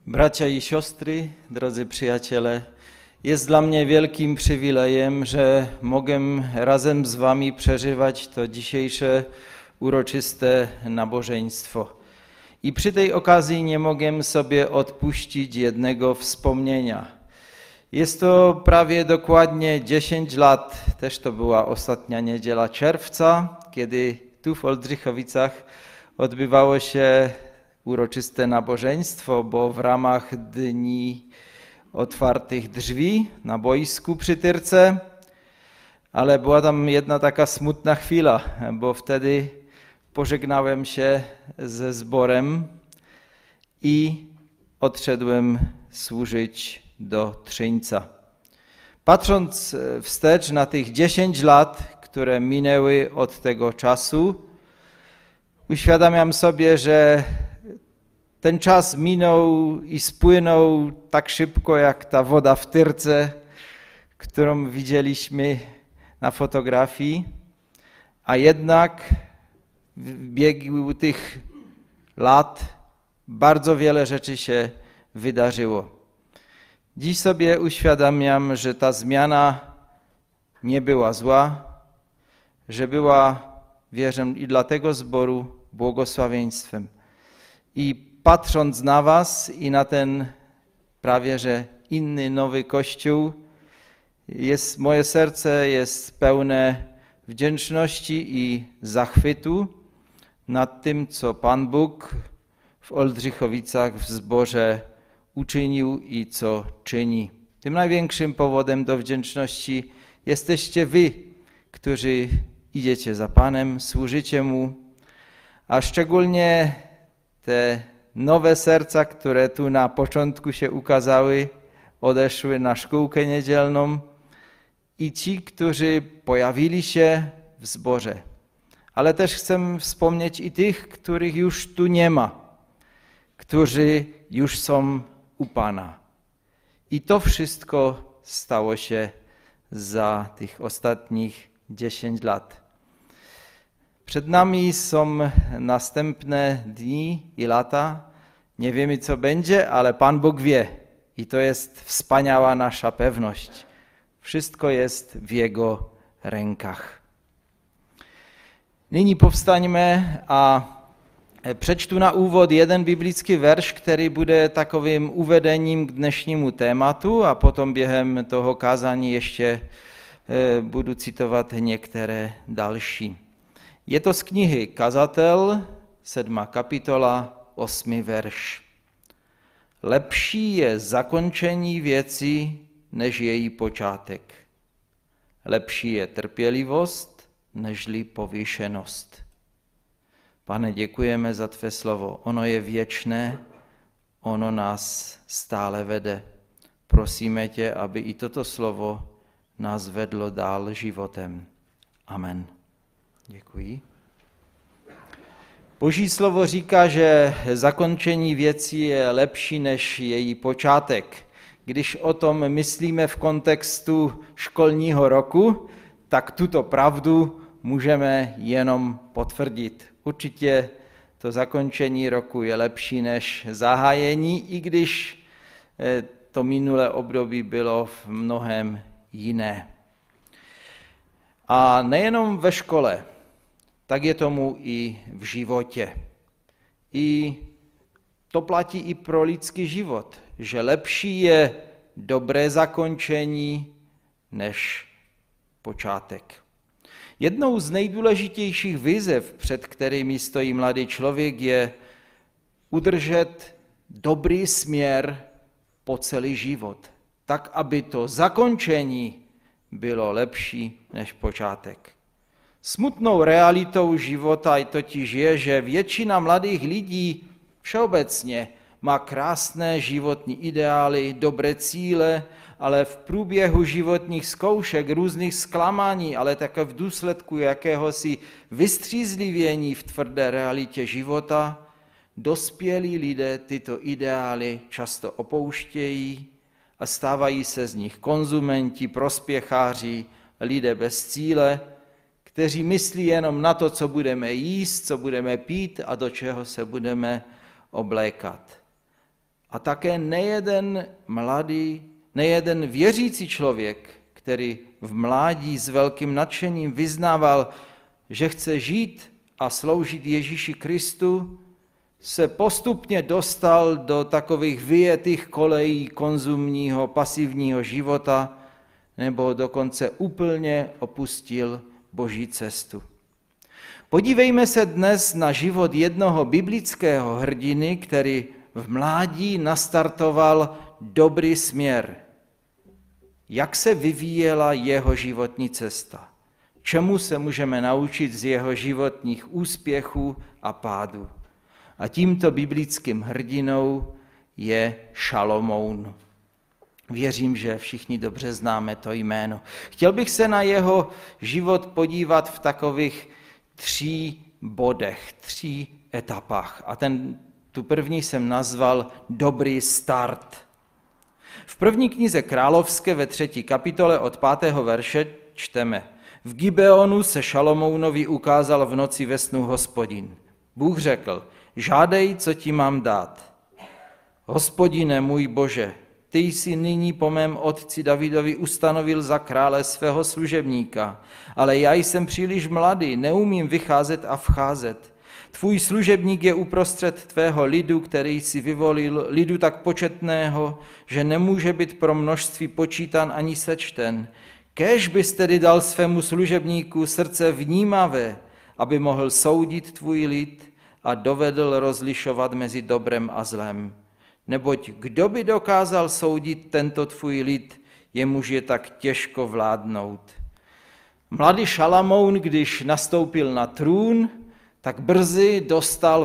Bracia i siostry, drodzy przyjaciele, jest dla mnie wielkim przywilejem, że mogę razem z wami przeżywać to dzisiejsze uroczyste nabożeństwo. I przy tej okazji nie mogę sobie odpuścić jednego wspomnienia. Jest to prawie dokładnie 10 lat, też to była ostatnia niedziela czerwca, kiedy tu w Oldřichovicach odbywało się uroczyste nabożeństwo, bo w ramach Dni Otwartych Drzwi na boisku przy Tyrce, ale była tam jedna taka smutna chwila, bo wtedy pożegnałem się ze zborem i odszedłem służyć do Trzyńca. Patrząc wstecz na tych 10 lat, które minęły od tego czasu, uświadamiam sobie, że ten czas minął i spłynął tak szybko, jak ta woda w Tyrce, którą widzieliśmy na fotografii, a jednak w biegu tych lat bardzo wiele rzeczy się wydarzyło. Dziś sobie uświadamiam, że ta zmiana nie była zła, że była, wierzę, i dla tego zboru błogosławieństwem. I patrząc na was i na ten prawie że inny, nowy Kościół, moje serce jest pełne wdzięczności i zachwytu nad tym, co Pan Bóg w Oldřichovicach w zborze uczynił i co czyni. Tym największym powodem do wdzięczności jesteście wy, którzy idziecie za Panem, służycie Mu, a szczególnie te nowe serca, które tu na początku się ukazały, odeszły na szkółkę niedzielną i ci, którzy pojawili się w zborze. Ale też chcę wspomnieć i tych, których już tu nie ma, którzy już są u Pana. I to wszystko stało się za tych ostatnich 10 lat. Przed nami są następne dni i lata. Nie wiemy, co będzie, ale Pan Bóg wie. I to jest wspaniała nasza pewność. Wszystko jest w Jego rękach. Nyní powstaňme a přečtu na úvod jeden biblický verš, který bude takovým uvedením k dnešnímu tématu a potom během toho kázání ještě budu citovat některé další. Je to z knihy Kazatel, 7. kapitola, 8. verš. Lepší je zakončení věci, než její počátek. Lepší je trpělivost, nežli povýšenost. Pane, děkujeme za tvé slovo. Ono je věčné, ono nás stále vede. Prosíme tě, aby i toto slovo nás vedlo dál životem. Amen. Děkuji. Boží slovo říká, že zakončení věcí je lepší než její počátek. Když o tom myslíme v kontextu školního roku, tak tuto pravdu můžeme jenom potvrdit. Určitě to zakončení roku je lepší než zahájení, i když to minulé období bylo v mnohém jiné. A nejenom ve škole, tak je tomu i v životě. I to platí i pro lidský život, že lepší je dobré zakončení než počátek. Jednou z nejdůležitějších výzev, před kterými stojí mladý člověk, je udržet dobrý směr po celý život, tak, aby to zakončení bylo lepší než počátek. Smutnou realitou života totiž je, že většina mladých lidí všeobecně má krásné životní ideály, dobré cíle, ale v průběhu životních zkoušek, různých zklamání, ale také v důsledku jakéhosi vystřízlivění v tvrdé realitě života, dospělí lidé tyto ideály často opouštějí a stávají se z nich konzumenti, prospěcháři, lidé bez cíle, kteří myslí jenom na to, co budeme jíst, co budeme pít a do čeho se budeme oblékat. A také nejeden věřící člověk, který v mládí s velkým nadšením vyznával, že chce žít a sloužit Ježíši Kristu, se postupně dostal do takových vyjetých kolejí konzumního, pasivního života, nebo dokonce úplně opustil Boží cestu. Podívejme se dnes na život jednoho biblického hrdiny, který v mládí nastartoval dobrý směr. Jak se vyvíjela jeho životní cesta? Čemu se můžeme naučit z jeho životních úspěchů a pádů? A tímto biblickým hrdinou je Šalomoun. Věřím, že všichni dobře známe to jméno. Chtěl bych se na jeho život podívat v takových 3 bodech, 3 etapách. A tu první jsem nazval Dobrý start. V první knize Královské ve 3. kapitole od 5. verše čteme: V Gibeonu se Šalomounovi ukázal v noci ve snu Hospodin. Bůh řekl: Žádej, co ti mám dát. Hospodine můj Bože, ty jsi nyní po mém otci Davidovi ustanovil za krále svého služebníka, ale já jsem příliš mladý, neumím vycházet a vcházet. Tvůj služebník je uprostřed tvého lidu, který jsi vyvolil, lidu tak početného, že nemůže být pro množství počítan ani sečten. Kéž bys tedy dal svému služebníku srdce vnímavé, aby mohl soudit tvůj lid a dovedl rozlišovat mezi dobrem a zlem. Neboť kdo by dokázal soudit tento tvůj lid, jemuž je tak těžko vládnout. Mladý Šalamoun, když nastoupil na trůn, tak brzy dostal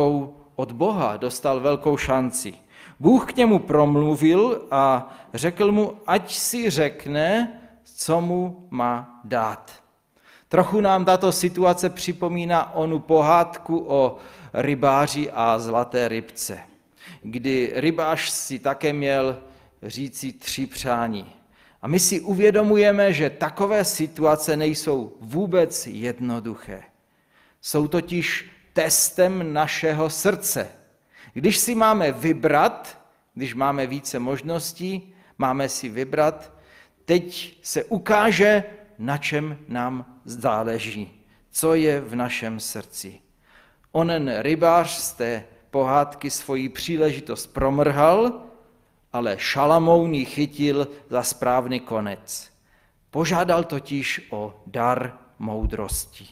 od Boha velkou šanci. Bůh k němu promluvil a řekl mu, ať si řekne, co mu má dát. Trochu nám tato situace připomíná onu pohádku o rybáři a zlaté rybce, kdy rybář si také měl říci 3 přání. A my si uvědomujeme, že takové situace nejsou vůbec jednoduché. Jsou totiž testem našeho srdce. Když si máme vybrat, když máme více možností, máme si vybrat, teď se ukáže, na čem nám záleží, co je v našem srdci. Onen rybář z té pohádky svoji příležitost promrhal, ale Šalamoun ji chytil za správný konec. Požádal totiž o dar moudrosti.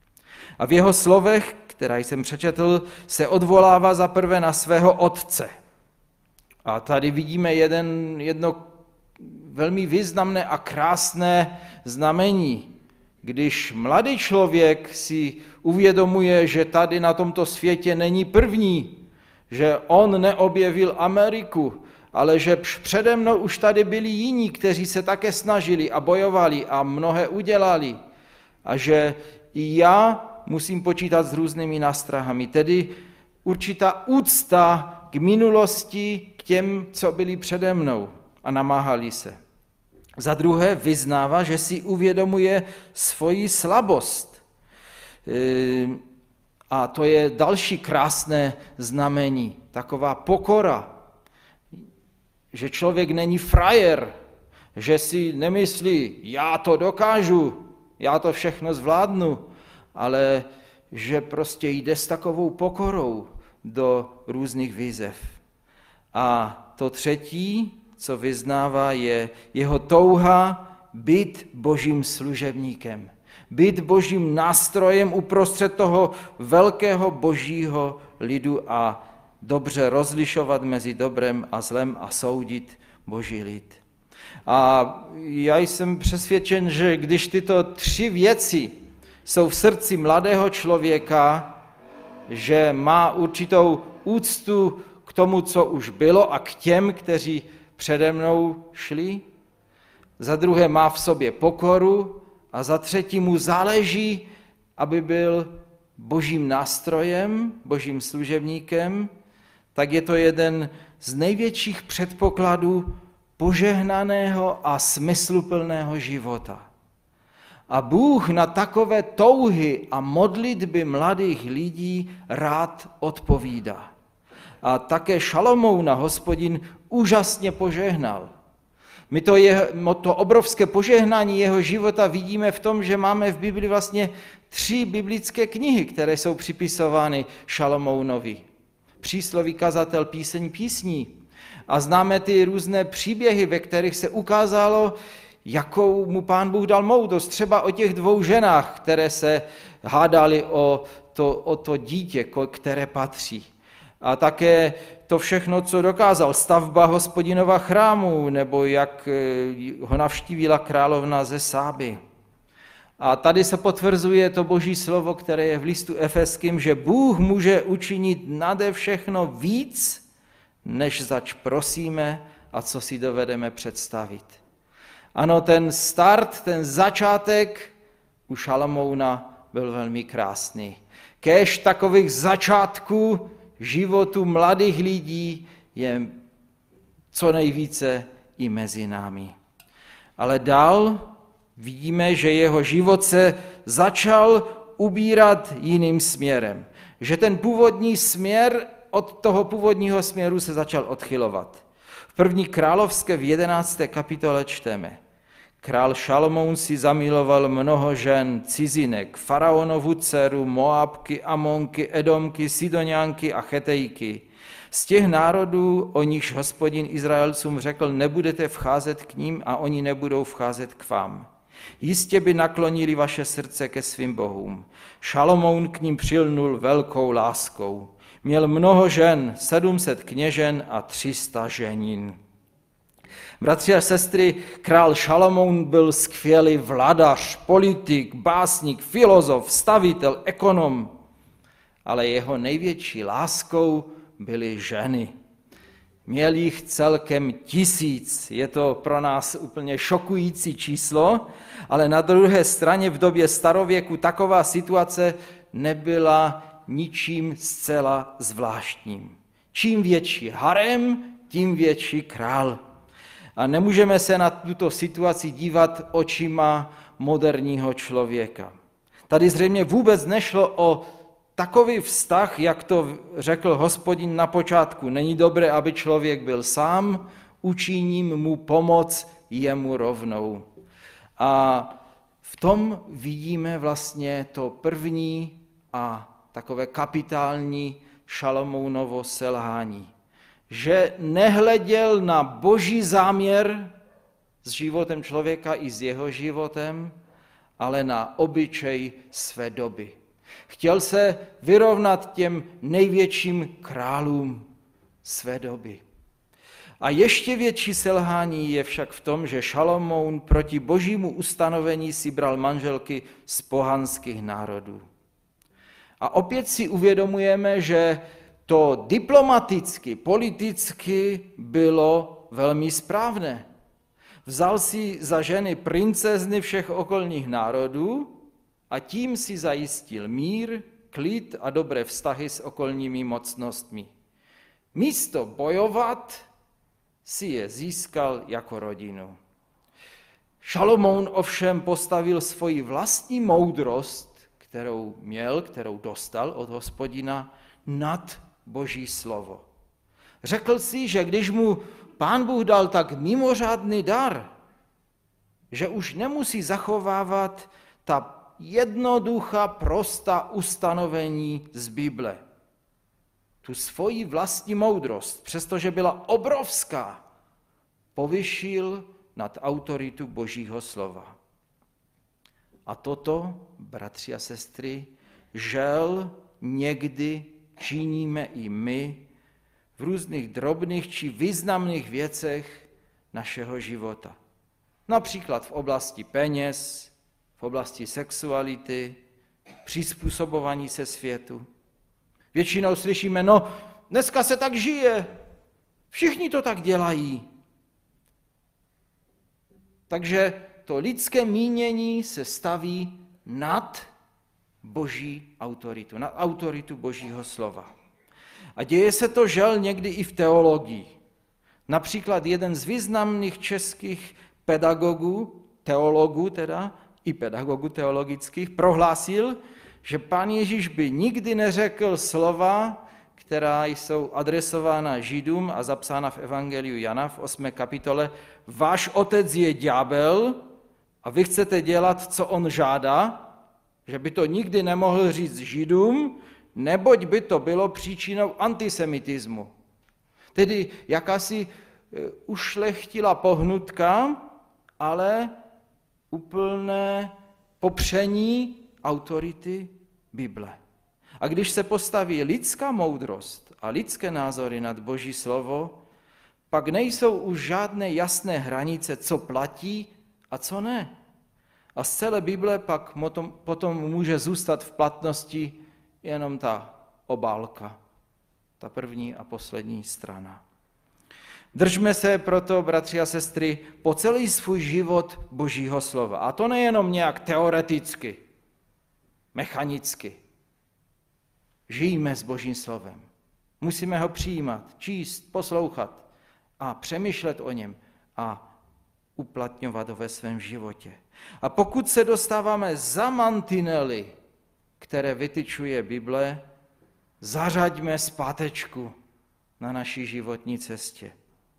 A v jeho slovech, která jsem přečetl, se odvolává zaprvé na svého otce. A tady vidíme jedno velmi významné a krásné znamení. Když mladý člověk si uvědomuje, že tady na tomto světě není první, že on neobjevil Ameriku, ale že přede mnou už tady byli jiní, kteří se také snažili a bojovali a mnohé udělali. A že i já musím počítat s různými nástrahami. Tedy určitá úcta k minulosti, k těm, co byli přede mnou a namáhali se. Za druhé vyznává, že si uvědomuje svoji slabost. A to je další krásné znamení, taková pokora, že člověk není frajer, že si nemyslí, já to dokážu, já to všechno zvládnu, ale že prostě jde s takovou pokorou do různých výzev. A to třetí, co vyznává, je jeho touha být Božím služebníkem, být Božím nástrojem uprostřed toho velkého Božího lidu a dobře rozlišovat mezi dobrem a zlem a soudit Boží lid. A já jsem přesvědčen, že když tyto 3 věci jsou v srdci mladého člověka, že má určitou úctu k tomu, co už bylo a k těm, kteří přede mnou šli, za druhé má v sobě pokoru a za třetí mu záleží, aby byl Božím nástrojem, Božím služebníkem, tak je to jeden z největších předpokladů požehnaného a smysluplného života. A Bůh na takové touhy a modlitby mladých lidí rád odpovídá. A také Šalomouna Hospodin úžasně požehnal. My to obrovské požehnání jeho života vidíme v tom, že máme v Bibli vlastně 3 biblické knihy, které jsou připisovány Šalomounovi. Přísloví, kazatel, píseň písní. A známe ty různé příběhy, ve kterých se ukázalo, jakou mu Pán Bůh dal moudrost. Třeba o těch 2 ženách, které se hádali o to dítě, které patří. A také to všechno, co dokázal, stavba Hospodinova chrámu, nebo jak ho navštívila královna ze Sáby. A tady se potvrzuje to Boží slovo, které je v listu Efeským, že Bůh může učinit nade všechno víc, než zač prosíme a co si dovedeme představit. Ano, ten start, ten začátek u Šalomouna byl velmi krásný. Kéž takových začátků životu mladých lidí je co nejvíce i mezi námi. Ale dál vidíme, že jeho život se začal ubírat jiným směrem. Že ten původní směr od toho původního směru se začal odchylovat. V 1. královské v 11. kapitole čteme. Král Šalomoun si zamiloval mnoho žen, cizinek, faraonovu dceru, Moabky, Amonky, Edomky, Sidonianky a Chetejky. Z těch národů, o nichž Hospodin Izraelcům řekl, nebudete vcházet k ním a oni nebudou vcházet k vám. Jistě by naklonili vaše srdce ke svým bohům. Šalomoun k ním přilnul velkou láskou. Měl mnoho žen, 700 kněžen a 300 ženin. Bratři a sestry, král Šalomoun byl skvělý vladař, politik, básník, filozof, stavitel, ekonom, ale jeho největší láskou byly ženy. Měl jich celkem 1000, je to pro nás úplně šokující číslo, ale na druhé straně v době starověku taková situace nebyla ničím zcela zvláštním. Čím větší harem, tím větší král. A nemůžeme se na tuto situaci dívat očima moderního člověka. Tady zřejmě vůbec nešlo o takový vztah, jak to řekl Hospodin na počátku. Není dobré, aby člověk byl sám, učiním mu pomoc jemu rovnou. A v tom vidíme vlastně to první a takové kapitální Šalomounovo selhání. Že nehleděl na Boží záměr s životem člověka i s jeho životem, ale na obyčej své doby. Chtěl se vyrovnat těm největším králům své doby. A ještě větší selhání je však v tom, že Šalomoun proti Božímu ustanovení si bral manželky z pohanských národů. A opět si uvědomujeme, že to diplomaticky, politicky bylo velmi správné. Vzal si za ženy princezny všech okolních národů a tím si zajistil mír, klid a dobré vztahy s okolními mocnostmi. Místo bojovat si je získal jako rodinu. Šalomoun ovšem postavil svoji vlastní moudrost, kterou měl, kterou dostal od Hospodina, nad Boží slovo. Řekl si, že když mu Pán Bůh dal tak mimořádný dar, že už nemusí zachovávat ta jednoduchá, prostá ustanovení z Bible. Tu svoji vlastní moudrost, přestože byla obrovská, povyšil nad autoritu Božího slova. A toto, bratři a sestry, žel někdy činíme i my v různých drobných či významných věcech našeho života. Například v oblasti peněz, v oblasti sexuality, přizpůsobování se světu. Většinou slyšíme, no dneska se tak žije, všichni to tak dělají. Takže to lidské mínění se staví nad Boží autoritu, nad autoritu Božího slova. A děje se to žel někdy i v teologii. Například jeden z významných českých teologů i pedagogů teologických, prohlásil, že Pán Ježíš by nikdy neřekl slova, která jsou adresována Židům a zapsána v Evangeliu Jana v 8. kapitole. Váš otec je ďábel a vy chcete dělat, co on žádá, že by to nikdy nemohl říct Židům, neboť by to bylo příčinou antisemitismu. Tedy jakási ušlechtila pohnutka, ale úplné popření autority Bible. A když se postaví lidská moudrost a lidské názory nad Boží slovo, pak nejsou už žádné jasné hranice, co platí a co ne. A z celé Bible pak potom může zůstat v platnosti jenom ta obálka, ta první a poslední strana. Držme se proto, bratři a sestry, po celý svůj život Božího slova. A to nejenom nějak teoreticky, mechanicky. Žijme s Božím slovem. Musíme ho přijímat, číst, poslouchat a přemýšlet o něm a uplatňovat ho ve svém životě. A pokud se dostáváme za mantinely, které vytyčuje Bible, zařaďme zpátečku na naší životní cestě.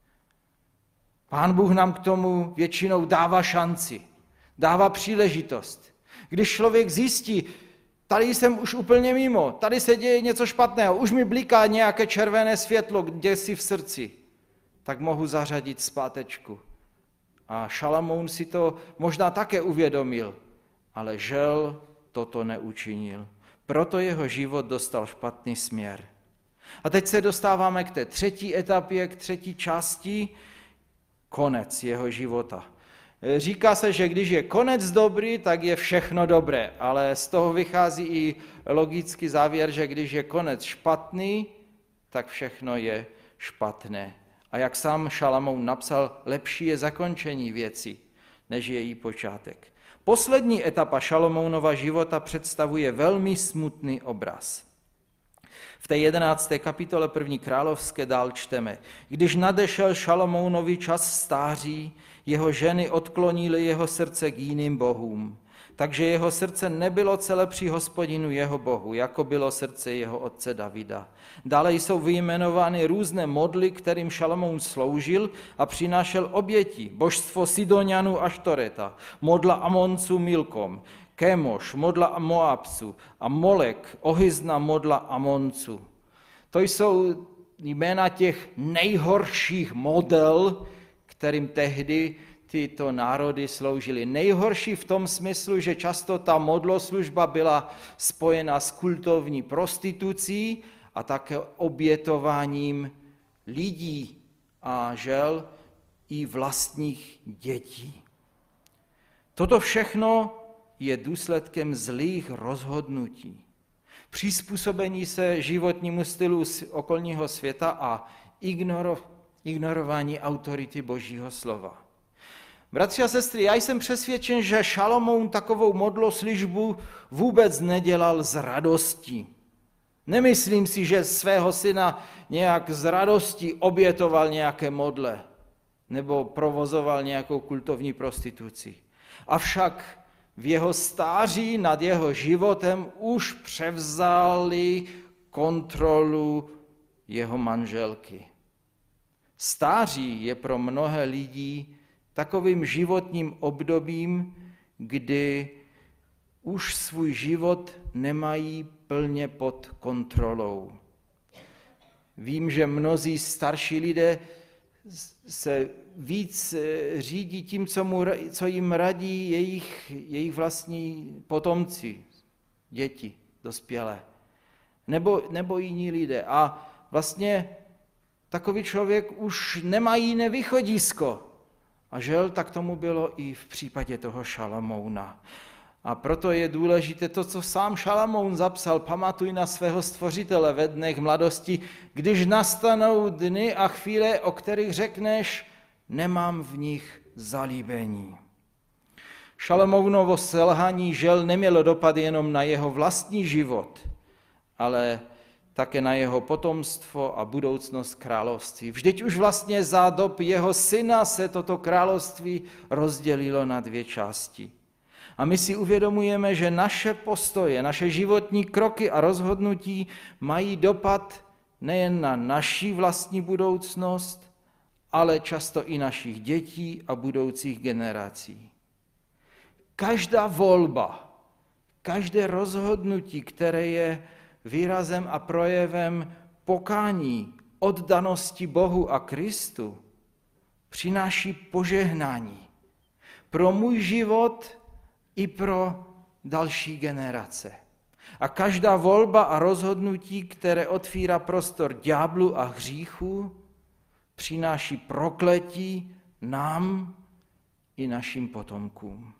Pán Bůh nám k tomu většinou dává šanci, dává příležitost. Když člověk zjistí, tady jsem už úplně mimo, tady se děje něco špatného, už mi bliká nějaké červené světlo kdesi v srdci, tak mohu zařadit zpátečku. A Šalamoun si to možná také uvědomil, ale žel toto neučinil. Proto jeho život dostal špatný směr. A teď se dostáváme k té třetí etapě, k třetí části, konec jeho života. Říká se, že když je konec dobrý, tak je všechno dobré, ale z toho vychází i logický závěr, že když je konec špatný, tak všechno je špatné. A jak sám Šalamoun napsal, lepší je zakončení věci, než její počátek. Poslední etapa Šalamounova života představuje velmi smutný obraz. V té 11. kapitole 1. královské dál čteme. Když nadešel Šalomounovi čas stáří, jeho ženy odklonily jeho srdce k jiným bohům. Takže jeho srdce nebylo celé při Hospodinu jeho bohu, jako bylo srdce jeho otce Davida. Dále jsou vyjmenovány různé modly, kterým Šalamoun sloužil a přinášel oběti. Božstvo Sidonianů Aštoreta, modla Amonců Milkom, Kémoš, modla Moabců a Molek, ohyzna modla Amonců. To jsou jména těch nejhorších model, kterým tehdy tyto národy sloužily. Nejhorší v tom smyslu, že často ta modloslužba byla spojena s kultovní prostitucí a také obětováním lidí a žel i vlastních dětí. Toto všechno je důsledkem zlých rozhodnutí, přizpůsobení se životnímu stylu okolního světa a ignorování autority Božího slova. Bratři a sestry, já jsem přesvědčen, že Šalamoun takovou modloslužbu vůbec nedělal z radostí. Nemyslím si, že svého syna nějak z radostí obětoval nějaké modle nebo provozoval nějakou kultovní prostituci. Avšak v jeho stáří nad jeho životem už převzali kontrolu jeho manželky. Stáří je pro mnohé lidí takovým životním obdobím, kdy už svůj život nemají plně pod kontrolou. Vím, že mnozí starší lidé se víc řídí tím, co jim radí jejich vlastní potomci, děti, dospělé, nebo jiní lidé. A vlastně takový člověk už nemá jiné východisko. A žel, tak tomu bylo i v případě toho Šalamouna. A proto je důležité to, co sám Šalamoun zapsal. Pamatuj na svého stvořitele ve dnech mladosti, když nastanou dny a chvíle, o kterých řekneš, nemám v nich zalíbení. Šalamounovo selhání žel nemělo dopad jenom na jeho vlastní život, ale také na jeho potomstvo a budoucnost království. Vždyť už vlastně za dob jeho syna se toto království rozdělilo na dvě části. A my si uvědomujeme, že naše postoje, naše životní kroky a rozhodnutí mají dopad nejen na naši vlastní budoucnost, ale často i našich dětí a budoucích generací. Každá volba, každé rozhodnutí, které je výrazem a projevem pokání, oddanosti Bohu a Kristu, přináší požehnání pro můj život i pro další generace. A každá volba a rozhodnutí, které otvírá prostor ďáblu a hříchu, přináší prokletí nám i našim potomkům.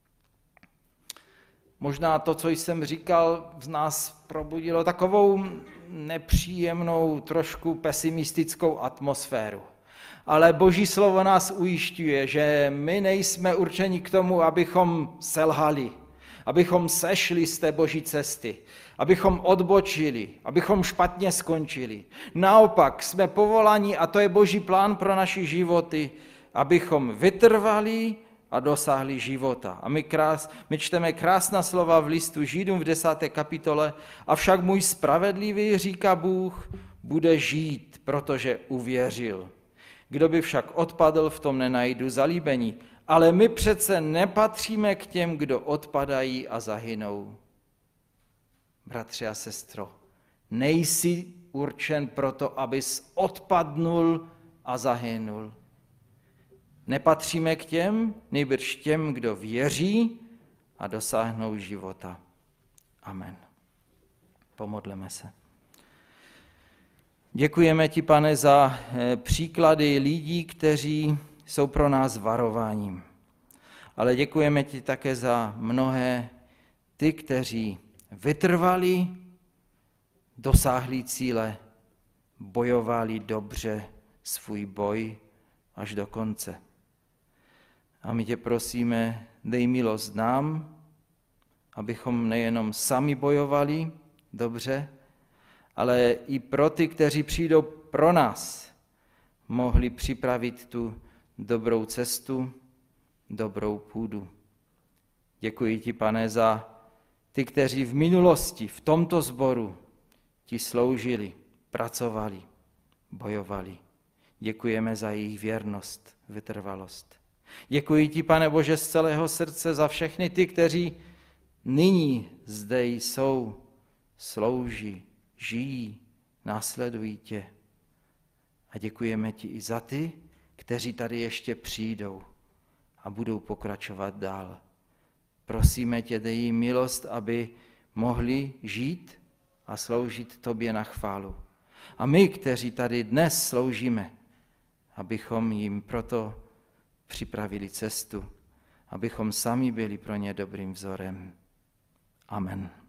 Možná to, co jsem říkal, v nás probudilo takovou nepříjemnou, trošku pesimistickou atmosféru. Ale Boží slovo nás ujišťuje, že my nejsme určeni k tomu, abychom selhali, abychom sešli z té Boží cesty, abychom odbočili, abychom špatně skončili. Naopak jsme povoláni, a to je Boží plán pro naše životy, abychom vytrvali a dosáhli života. A my čteme krásná slova v listu Židům v 10. kapitole. Avšak můj spravedlivý, říká Bůh, bude žít, protože uvěřil. Kdo by však odpadl, v tom nenajdu zalíbení. Ale my přece nepatříme k těm, kdo odpadají a zahynou. Bratři a sestro, nejsi určen proto, abys odpadnul a zahynul. Nepatříme k těm, nýbrž těm, kdo věří a dosáhnou života. Amen. Pomodleme se. Děkujeme ti, Pane, za příklady lidí, kteří jsou pro nás varováním. Ale děkujeme ti také za mnohé ty, kteří vytrvali, dosáhli cíle, bojovali dobře svůj boj až do konce. A my tě prosíme, dej milost nám, abychom nejenom sami bojovali dobře, ale i pro ty, kteří přijdou pro nás, mohli připravit tu dobrou cestu, dobrou půdu. Děkuji ti, Pane, za ty, kteří v minulosti v tomto sboru ti sloužili, pracovali, bojovali. Děkujeme za jejich věrnost, vytrvalost. Děkuji ti, Pane Bože, z celého srdce za všechny ty, kteří nyní zde jsou, slouží, žijí, následují tě. A děkujeme ti i za ty, kteří tady ještě přijdou a budou pokračovat dál. Prosíme tě, dej jim milost, aby mohli žít a sloužit tobě na chválu. A my, kteří tady dnes sloužíme, abychom jim proto připravili cestu, abychom sami byli pro ně dobrým vzorem. Amen.